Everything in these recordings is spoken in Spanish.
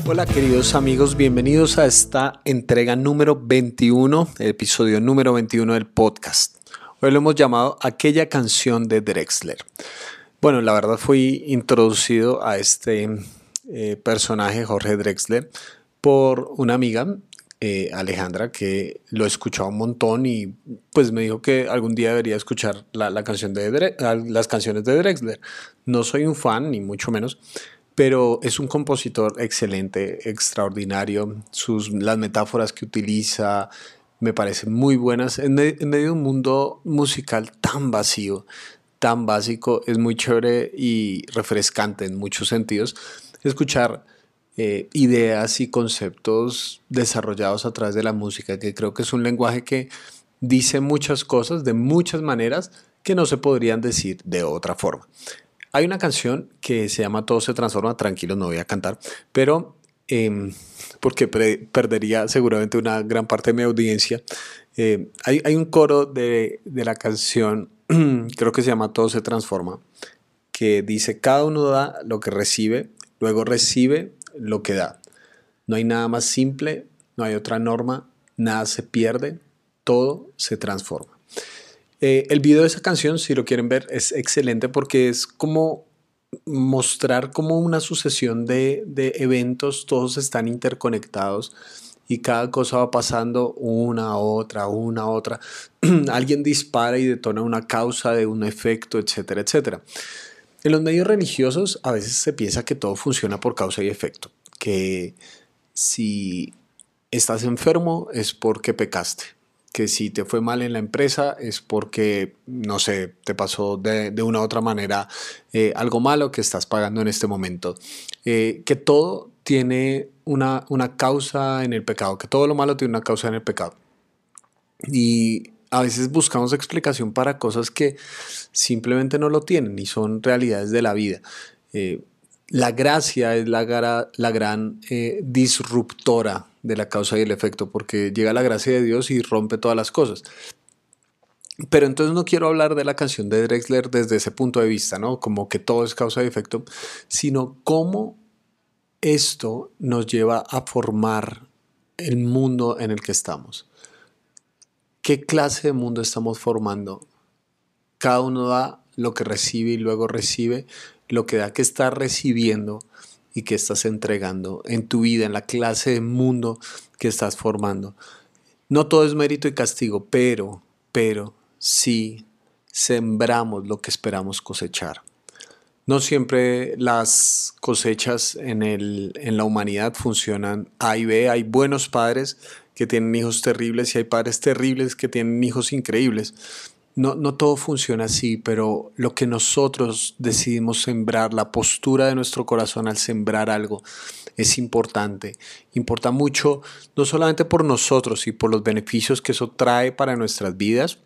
Hola queridos amigos, bienvenidos a esta entrega número 21, el episodio número 21 del podcast. Hoy lo hemos llamado Aquella canción de Drexler. Bueno, la verdad fui introducido a este personaje, Jorge Drexler, por una amiga, Alejandra, que lo escuchaba un montón y pues me dijo que algún día debería escuchar las canciones de Drexler. No soy un fan, ni mucho menos, pero es un compositor excelente, extraordinario. Las metáforas que utiliza me parecen muy buenas. En medio de un mundo musical tan vacío, tan básico, es muy chévere y refrescante en muchos sentidos escuchar ideas y conceptos desarrollados a través de la música, que creo que es un lenguaje que dice muchas cosas de muchas maneras que no se podrían decir de otra forma. Hay una canción que se llama Todo se transforma, tranquilos, no voy a cantar, pero porque perdería seguramente una gran parte de mi audiencia. Hay un coro de la canción, creo que se llama Todo se transforma, que dice, cada uno da lo que recibe, luego recibe lo que da. No hay nada más simple, no hay otra norma, nada se pierde, todo se transforma. El video de esa canción, si lo quieren ver, es excelente porque es como mostrar como una sucesión de eventos, todos están interconectados y cada cosa va pasando una a otra, una a otra. Alguien dispara y detona una causa de un efecto, etcétera, etcétera. En los medios religiosos a veces se piensa que todo funciona por causa y efecto, que si estás enfermo es porque pecaste, que si te fue mal en la empresa es porque, no sé, te pasó de una u otra manera algo malo que estás pagando en este momento, que todo tiene una causa en el pecado, que todo lo malo tiene una causa en el pecado. Y a veces buscamos explicación para cosas que simplemente no lo tienen y son realidades de la vida. Eh, la gracia es la gran disruptora de la causa y el efecto, porque llega la gracia de Dios y rompe todas las cosas. Pero entonces no quiero hablar de la canción de Drexler desde ese punto de vista, ¿no? Como que todo es causa y efecto, sino cómo esto nos lleva a formar el mundo en el que estamos. ¿Qué clase de mundo estamos formando? Cada uno da lo que recibe y luego recibe lo que da que estás recibiendo y que estás entregando en tu vida, en la clase de mundo que estás formando. No todo es mérito y castigo, pero sí sembramos lo que esperamos cosechar. No siempre las cosechas en la humanidad funcionan A y B. Hay buenos padres que tienen hijos terribles y hay padres terribles que tienen hijos increíbles. No todo funciona así, pero lo que nosotros decidimos sembrar, la postura de nuestro corazón al sembrar algo, es importante. Importa mucho, no solamente por nosotros y por los beneficios que eso trae para nuestras vidas,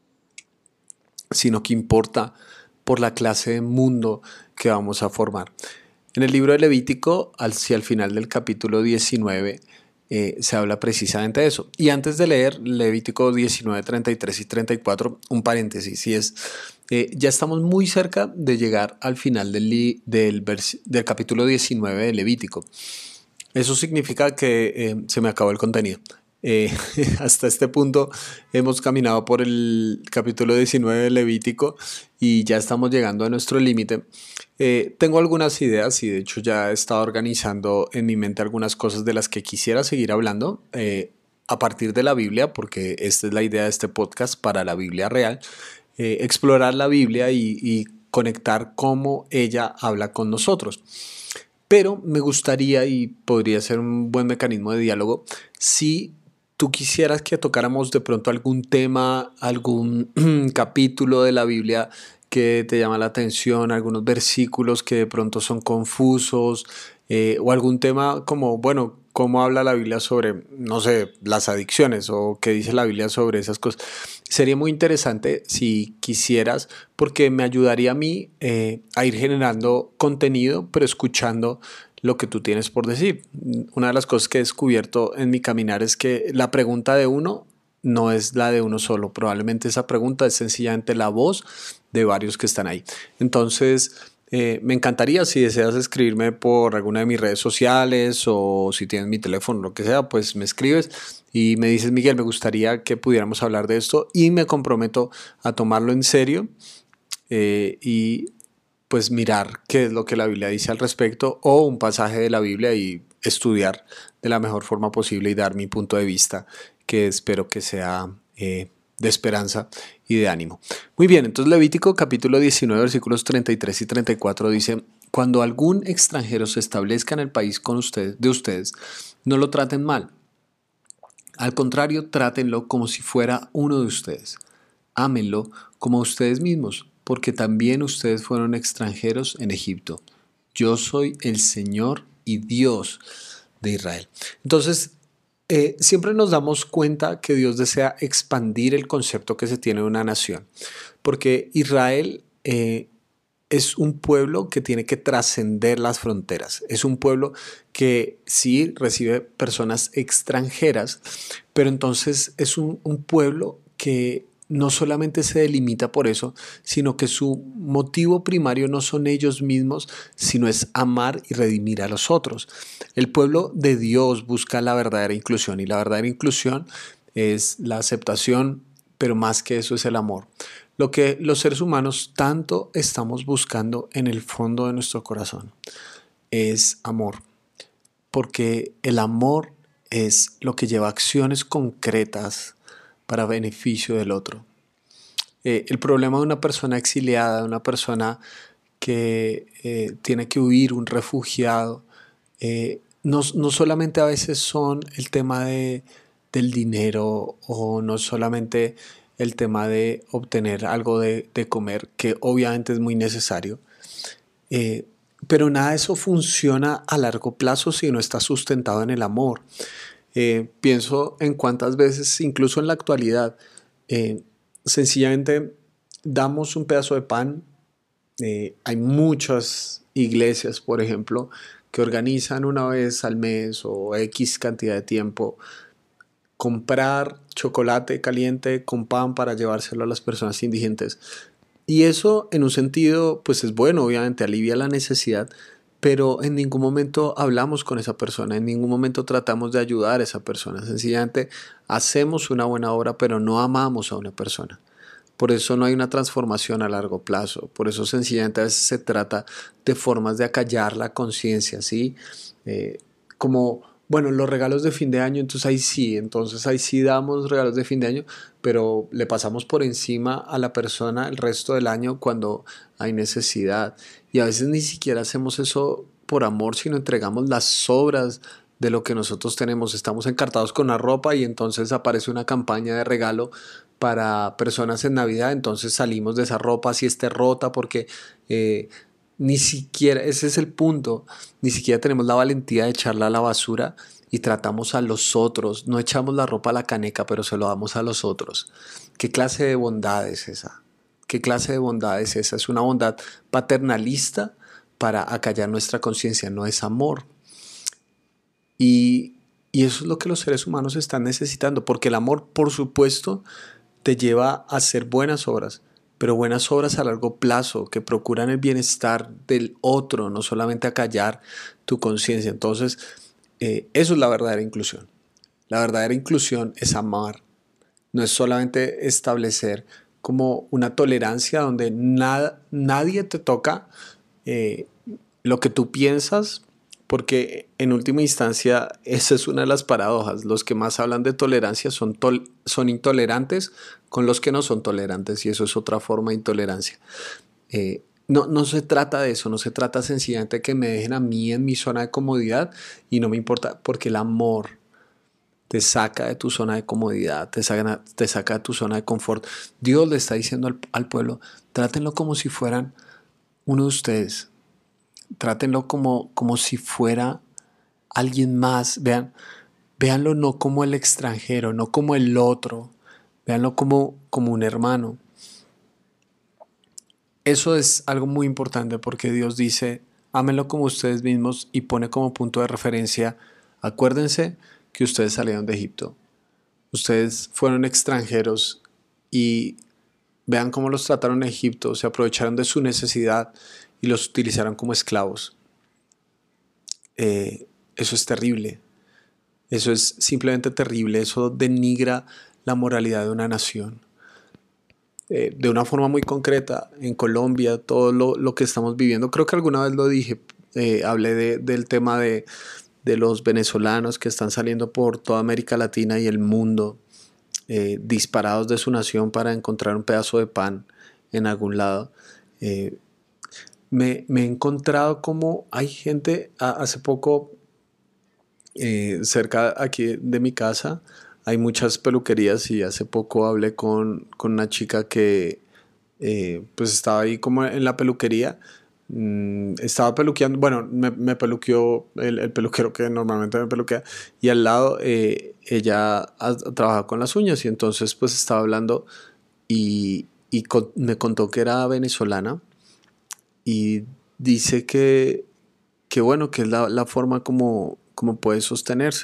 sino que importa por la clase de mundo que vamos a formar. En el libro de Levítico, hacia el final del capítulo 19, se habla precisamente de eso. Y antes de leer Levítico 19, 33 y 34, un paréntesis, y es, ya estamos muy cerca de llegar al final del capítulo 19 de Levítico. Eso significa que se me acabó el contenido. Hasta este punto hemos caminado por el capítulo 19 de Levítico y ya estamos llegando a nuestro límite. Tengo algunas ideas y de hecho ya he estado organizando en mi mente algunas cosas de las que quisiera seguir hablando a partir de la Biblia, porque esta es la idea de este podcast para la Biblia real. Explorar la Biblia y conectar cómo ella habla con nosotros. Pero me gustaría y podría ser un buen mecanismo de diálogo si tú quisieras que tocáramos de pronto algún tema, algún capítulo de la Biblia que te llama la atención, algunos versículos que de pronto son confusos, o algún tema como, bueno, cómo habla la Biblia sobre, no sé, las adicciones o qué dice la Biblia sobre esas cosas. Sería muy interesante si quisieras, porque me ayudaría a mí a ir generando contenido, pero escuchando lo que tú tienes por decir. Una de las cosas que he descubierto en mi caminar es que la pregunta de uno no es la de uno solo. Probablemente esa pregunta es sencillamente la voz de varios que están ahí. Entonces, Me encantaría si deseas escribirme por alguna de mis redes sociales o si tienes mi teléfono, lo que sea, pues me escribes y me dices, Miguel, me gustaría que pudiéramos hablar de esto y me comprometo a tomarlo en serio y pues mirar qué es lo que la Biblia dice al respecto o un pasaje de la Biblia y estudiar de la mejor forma posible y dar mi punto de vista que espero que sea de esperanza y de ánimo. Muy bien, entonces Levítico capítulo 19 versículos 33 y 34 dice, cuando algún extranjero se establezca en el país con ustedes, de ustedes, no lo traten mal. Al contrario, trátenlo como si fuera uno de ustedes. Ámenlo como a ustedes mismos, porque también ustedes fueron extranjeros en Egipto. Yo soy el Señor y Dios de Israel. Entonces, siempre nos damos cuenta que Dios desea expandir el concepto que se tiene de una nación, porque Israel es un pueblo que tiene que trascender las fronteras. Es un pueblo que sí recibe personas extranjeras, pero entonces es un pueblo que no solamente se delimita por eso, sino que su motivo primario no son ellos mismos, sino es amar y redimir a los otros. El pueblo de Dios busca la verdadera inclusión y la verdadera inclusión es la aceptación, pero más que eso es el amor. Lo que los seres humanos tanto estamos buscando en el fondo de nuestro corazón es amor, porque el amor es lo que lleva acciones concretas para beneficio del otro. El problema de una persona exiliada, de una persona que tiene que huir, un refugiado, no solamente a veces son el tema del dinero o no solamente el tema de obtener algo de comer, que obviamente es muy necesario, eh, pero nada de eso funciona a largo plazo si no está sustentado en el amor. Pienso en cuántas veces, incluso en la actualidad, eh, sencillamente damos un pedazo de pan. Hay muchas iglesias, por ejemplo, que organizan una vez al mes o X cantidad de tiempo comprar chocolate caliente con pan para llevárselo a las personas indigentes. Y eso en un sentido pues es bueno, obviamente alivia la necesidad, pero en ningún momento hablamos con esa persona, en ningún momento tratamos de ayudar a esa persona. Sencillamente hacemos una buena obra, pero no amamos a una persona. Por eso no hay una transformación a largo plazo. Por eso sencillamente a veces se trata de formas de acallar la conciencia, ¿sí? Eh, Como, bueno, los regalos de fin de año, entonces ahí sí damos regalos de fin de año, pero le pasamos por encima a la persona el resto del año cuando hay necesidad. Y a veces ni siquiera hacemos eso por amor, sino entregamos las sobras de lo que nosotros tenemos. Estamos encartados con la ropa y entonces aparece una campaña de regalo para personas en Navidad, entonces salimos de esa ropa si esté rota porque eh, ni siquiera, ese es el punto, ni siquiera tenemos la valentía de echarla a la basura y tratamos a los otros, no echamos la ropa a la caneca, pero se lo damos a los otros. ¿Qué clase de bondad es esa? ¿Qué clase de bondad es esa? Es una bondad paternalista para acallar nuestra conciencia, no es amor. Y, y eso es lo que los seres humanos están necesitando, porque el amor, por supuesto, te lleva a hacer buenas obras, pero buenas obras a largo plazo que procuran el bienestar del otro, no solamente acallar tu conciencia. Entonces, eso es la verdadera inclusión. La verdadera inclusión es amar, no es solamente establecer como una tolerancia donde nadie te toca eh, lo que tú piensas, porque en última instancia esa es una de las paradojas. Los que más hablan de tolerancia son intolerantes con los que no son tolerantes y eso es otra forma de intolerancia. No se trata de eso, no se trata sencillamente de que me dejen a mí en mi zona de comodidad y no me importa, porque el amor te saca de tu zona de comodidad, te saca de tu zona de confort. Dios le está diciendo al pueblo, trátenlo como si fueran uno de ustedes, trátenlo como si fuera alguien más. Véanlo no como el extranjero, no como el otro, véanlo como un hermano. Eso es algo muy importante porque Dios dice, ámenlo como ustedes mismos y pone como punto de referencia, acuérdense que ustedes salieron de Egipto, ustedes fueron extranjeros y vean cómo los trataron en Egipto, se aprovecharon de su necesidad y los utilizaron como esclavos. Eso es terrible. Eso es simplemente terrible. Eso denigra la moralidad de una nación. De una forma muy concreta, en Colombia, todo lo que estamos viviendo, creo que alguna vez lo dije, hablé del tema de los venezolanos que están saliendo por toda América Latina y el mundo, disparados de su nación para encontrar un pedazo de pan en algún lado. Eh, me he encontrado como hay gente, hace poco, cerca aquí de mi casa, hay muchas peluquerías y hace poco hablé con una chica que pues estaba ahí como en la peluquería. Estaba peluqueando, bueno, me peluqueó el peluquero que normalmente me peluquea, y al lado ella trabaja con las uñas, y entonces pues estaba hablando y me contó que era venezolana, y dice que bueno, que es la forma como puede sostenerse.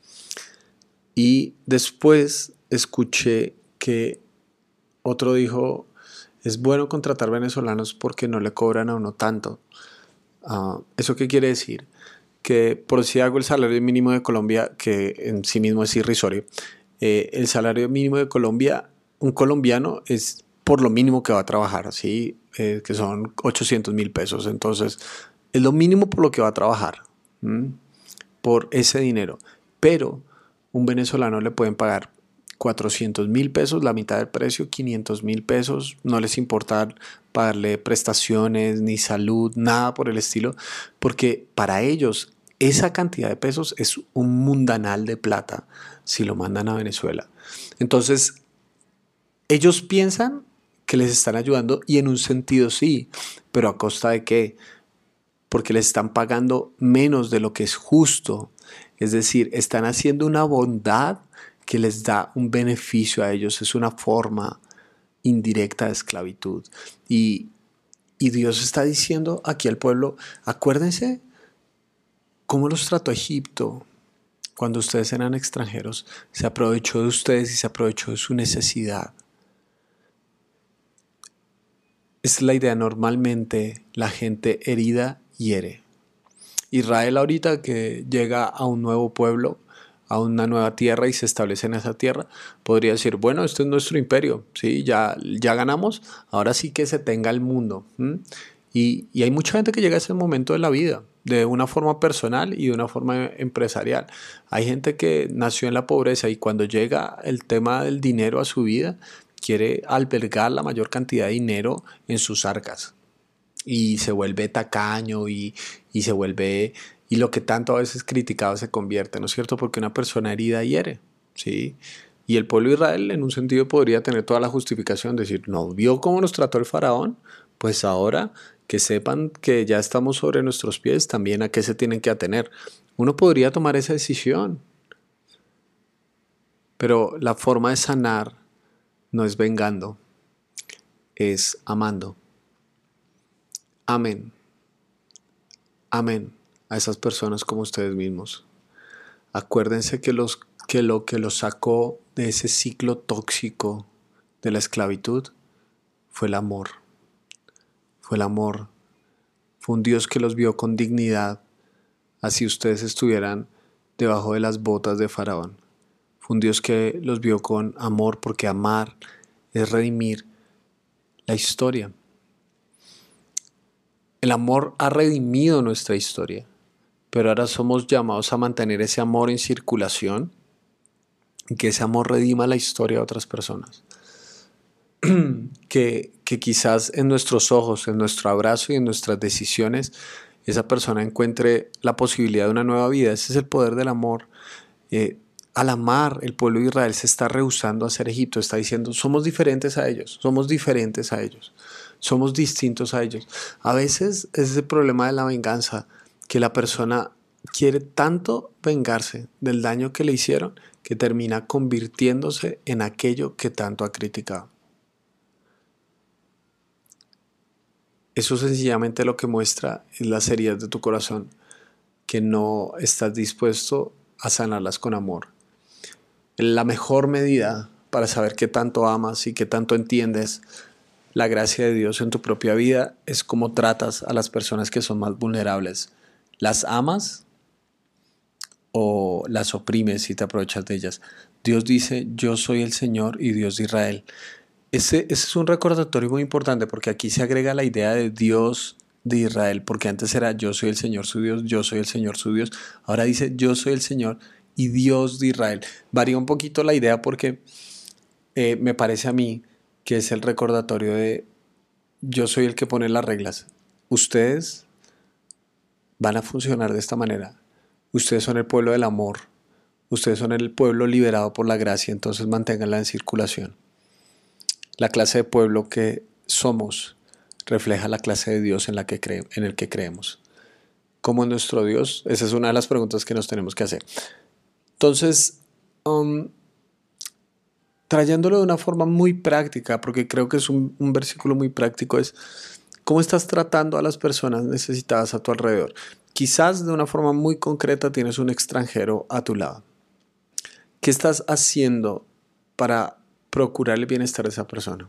Y después escuché que otro dijo, es bueno contratar venezolanos porque no le cobran a uno tanto. ¿Eso qué quiere decir? Que por si hago el salario mínimo de Colombia, que en sí mismo es irrisorio, el salario mínimo de Colombia, un colombiano es por lo mínimo que va a trabajar, ¿sí? Que son 800.000 pesos. Entonces, es lo mínimo por lo que va a trabajar, ¿m? Por ese dinero. Pero un venezolano le pueden pagar 400.000 pesos, la mitad del precio, 500.000 pesos, no les importa pagarle prestaciones, ni salud, nada por el estilo, porque para ellos esa cantidad de pesos es un mundanal de plata si lo mandan a Venezuela. Entonces, ellos piensan que les están ayudando y en un sentido sí, pero ¿a costa de qué? Porque les están pagando menos de lo que es justo. Es decir, están haciendo una bondad que les da un beneficio a ellos. Es una forma indirecta de esclavitud. Y, y Dios está diciendo aquí al pueblo, acuérdense cómo los trató Egipto cuando ustedes eran extranjeros. Se aprovechó de ustedes y se aprovechó de su necesidad. Esa es la idea. Normalmente la gente herida hiere. Israel ahorita que llega a un nuevo pueblo, a una nueva tierra y se establece en esa tierra, podría decir, bueno, este es nuestro imperio, ¿sí? Ya ganamos, ahora sí que se tenga el mundo. Y hay mucha gente que llega a ese momento de la vida, de una forma personal y de una forma empresarial. Hay gente que nació en la pobreza y cuando llega el tema del dinero a su vida, quiere albergar la mayor cantidad de dinero en sus arcas y se vuelve tacaño y se vuelve, y lo que tanto a veces criticado se convierte, ¿no es cierto? Porque una persona herida hiere, ¿sí? Y el pueblo de Israel en un sentido podría tener toda la justificación, decir, ¿no vio cómo nos trató el faraón? Pues ahora que sepan que ya estamos sobre nuestros pies, también a qué se tienen que atener. Uno podría tomar esa decisión, pero la forma de sanar no es vengando, es amando. Amén. Amén a esas personas como ustedes mismos. Acuérdense que lo que los sacó de ese ciclo tóxico de la esclavitud fue el amor. Fue el amor. Fue un Dios que los vio con dignidad, así ustedes estuvieran debajo de las botas de Faraón. Fue un Dios que los vio con amor, porque amar es redimir la historia. El amor ha redimido nuestra historia, pero ahora somos llamados a mantener ese amor en circulación y que ese amor redima la historia de otras personas. Que quizás en nuestros ojos, en nuestro abrazo y en nuestras decisiones, esa persona encuentre la posibilidad de una nueva vida. Ese es el poder del amor. Al amar, el pueblo de Israel se está rehusando a ser Egipto, está diciendo, somos diferentes a ellos, somos diferentes a ellos, somos distintos a ellos. A veces es el problema de la venganza, que la persona quiere tanto vengarse del daño que le hicieron, que termina convirtiéndose en aquello que tanto ha criticado. Eso sencillamente lo que muestra es las heridas de tu corazón, que no estás dispuesto a sanarlas con amor. La mejor medida para saber qué tanto amas y qué tanto entiendes la gracia de Dios en tu propia vida es cómo tratas a las personas que son más vulnerables. ¿Las amas o las oprimes y te aprovechas de ellas? Dios dice, yo soy el Señor y Dios de Israel. Ese es un recordatorio muy importante porque aquí se agrega la idea de Dios de Israel, porque antes era yo soy el Señor su Dios, yo soy el Señor su Dios. Ahora dice yo soy el Señor y Dios de Israel. Varía un poquito la idea porque me parece a mí que es el recordatorio de yo soy el que pone las reglas. Ustedes van a funcionar de esta manera. Ustedes son el pueblo del amor. Ustedes son el pueblo liberado por la gracia, entonces manténganla en circulación. La clase de pueblo que somos refleja la clase de Dios en el que creemos. ¿Cómo es nuestro Dios? Esa es una de las preguntas que nos tenemos que hacer. Entonces, trayéndolo de una forma muy práctica, porque creo que es un versículo muy práctico, es cómo estás tratando a las personas necesitadas a tu alrededor. Quizás de una forma muy concreta tienes un extranjero a tu lado. ¿Qué estás haciendo para procurar el bienestar de esa persona?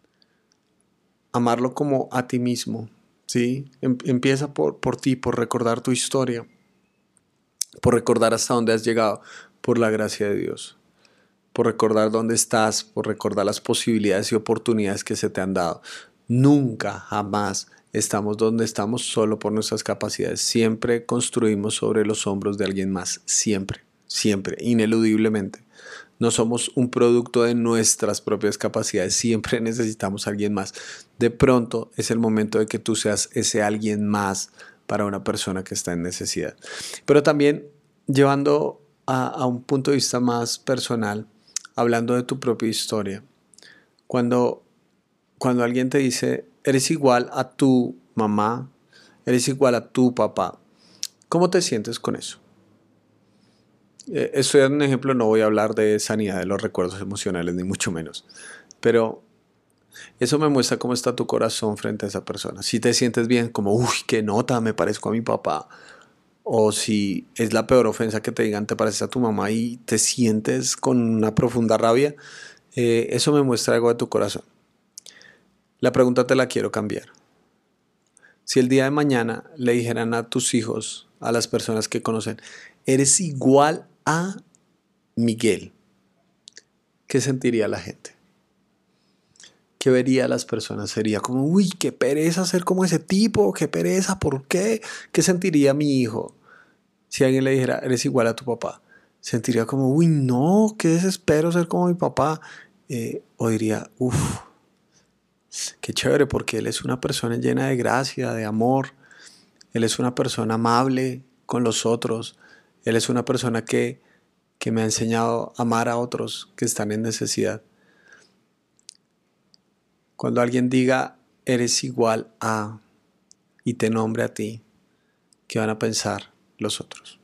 Amarlo como a ti mismo, ¿sí? Empieza por ti, por recordar tu historia, por recordar hasta dónde has llegado, por la gracia de Dios, por recordar dónde estás, por recordar las posibilidades y oportunidades que se te han dado. Nunca, jamás estamos donde estamos solo por nuestras capacidades. Siempre construimos sobre los hombros de alguien más. Siempre, siempre, ineludiblemente. No somos un producto de nuestras propias capacidades. Siempre necesitamos a alguien más. De pronto es el momento de que tú seas ese alguien más para una persona que está en necesidad. Pero también llevando a un punto de vista más personal, hablando de tu propia historia. Cuando, cuando alguien te dice, eres igual a tu mamá, eres igual a tu papá, ¿cómo te sientes con eso? Estoy dando un ejemplo, no voy a hablar de sanidad de los recuerdos emocionales, ni mucho menos. Pero eso me muestra cómo está tu corazón frente a esa persona. Si te sientes bien, como, uy, qué nota, me parezco a mi papá. O si es la peor ofensa que te digan, te pareces a tu mamá y te sientes con una profunda rabia, eso me muestra algo de tu corazón. La pregunta te la quiero cambiar. Si el día de mañana le dijeran a tus hijos, a las personas que conocen, eres igual a Miguel, ¿qué sentiría la gente? ¿Qué vería las personas? Sería como, uy, qué pereza ser como ese tipo, qué pereza, ¿por qué? ¿Qué sentiría mi hijo si alguien le dijera, eres igual a tu papá? Sentiría como, uy, no, qué desespero ser como mi papá. O diría, uff, qué chévere, porque él es una persona llena de gracia, de amor. Él es una persona amable con los otros. Él es una persona que me ha enseñado a amar a otros que están en necesidad. Cuando alguien diga, eres igual a, y te nombre a ti, ¿qué van a pensar los otros?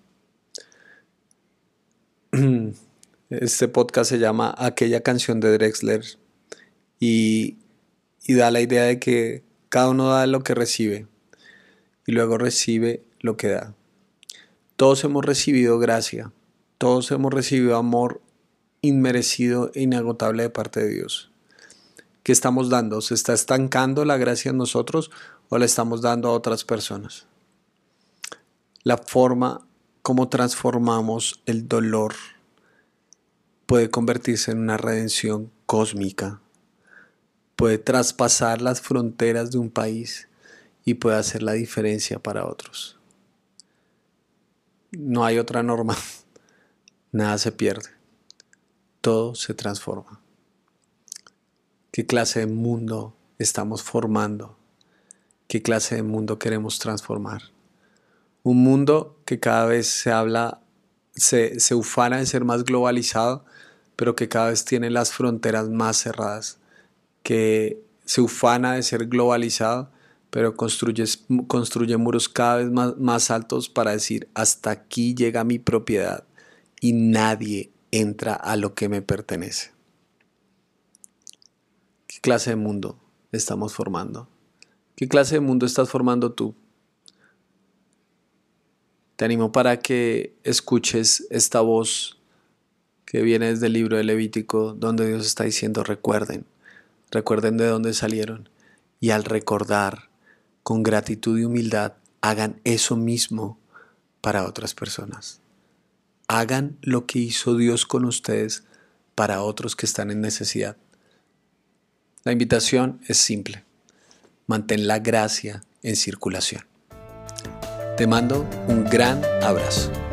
Este podcast se llama Aquella canción de Drexler y, y da la idea de que cada uno da lo que recibe y luego recibe lo que da. Todos hemos recibido gracia, todos hemos recibido amor inmerecido e inagotable de parte de Dios. ¿Qué estamos dando? ¿Se está estancando la gracia en nosotros o la estamos dando a otras personas? La forma como transformamos el dolor puede convertirse en una redención cósmica, puede traspasar las fronteras de un país y puede hacer la diferencia para otros. No hay otra norma, nada se pierde, todo se transforma. ¿Qué clase de mundo estamos formando? ¿Qué clase de mundo queremos transformar? Un mundo que cada vez se ufana de ser más globalizado, pero que cada vez tiene las fronteras más cerradas, que se ufana de ser globalizado, pero construye muros cada vez más altos para decir, hasta aquí llega mi propiedad y nadie entra a lo que me pertenece. ¿Qué clase de mundo estamos formando? ¿Qué clase de mundo estás formando tú? Te animo para que escuches esta voz que viene desde el libro de Levítico, donde Dios está diciendo, recuerden, recuerden de dónde salieron y al recordar con gratitud y humildad, hagan eso mismo para otras personas. Hagan lo que hizo Dios con ustedes para otros que están en necesidad. La invitación es simple. Mantén la gracia en circulación. Te mando un gran abrazo.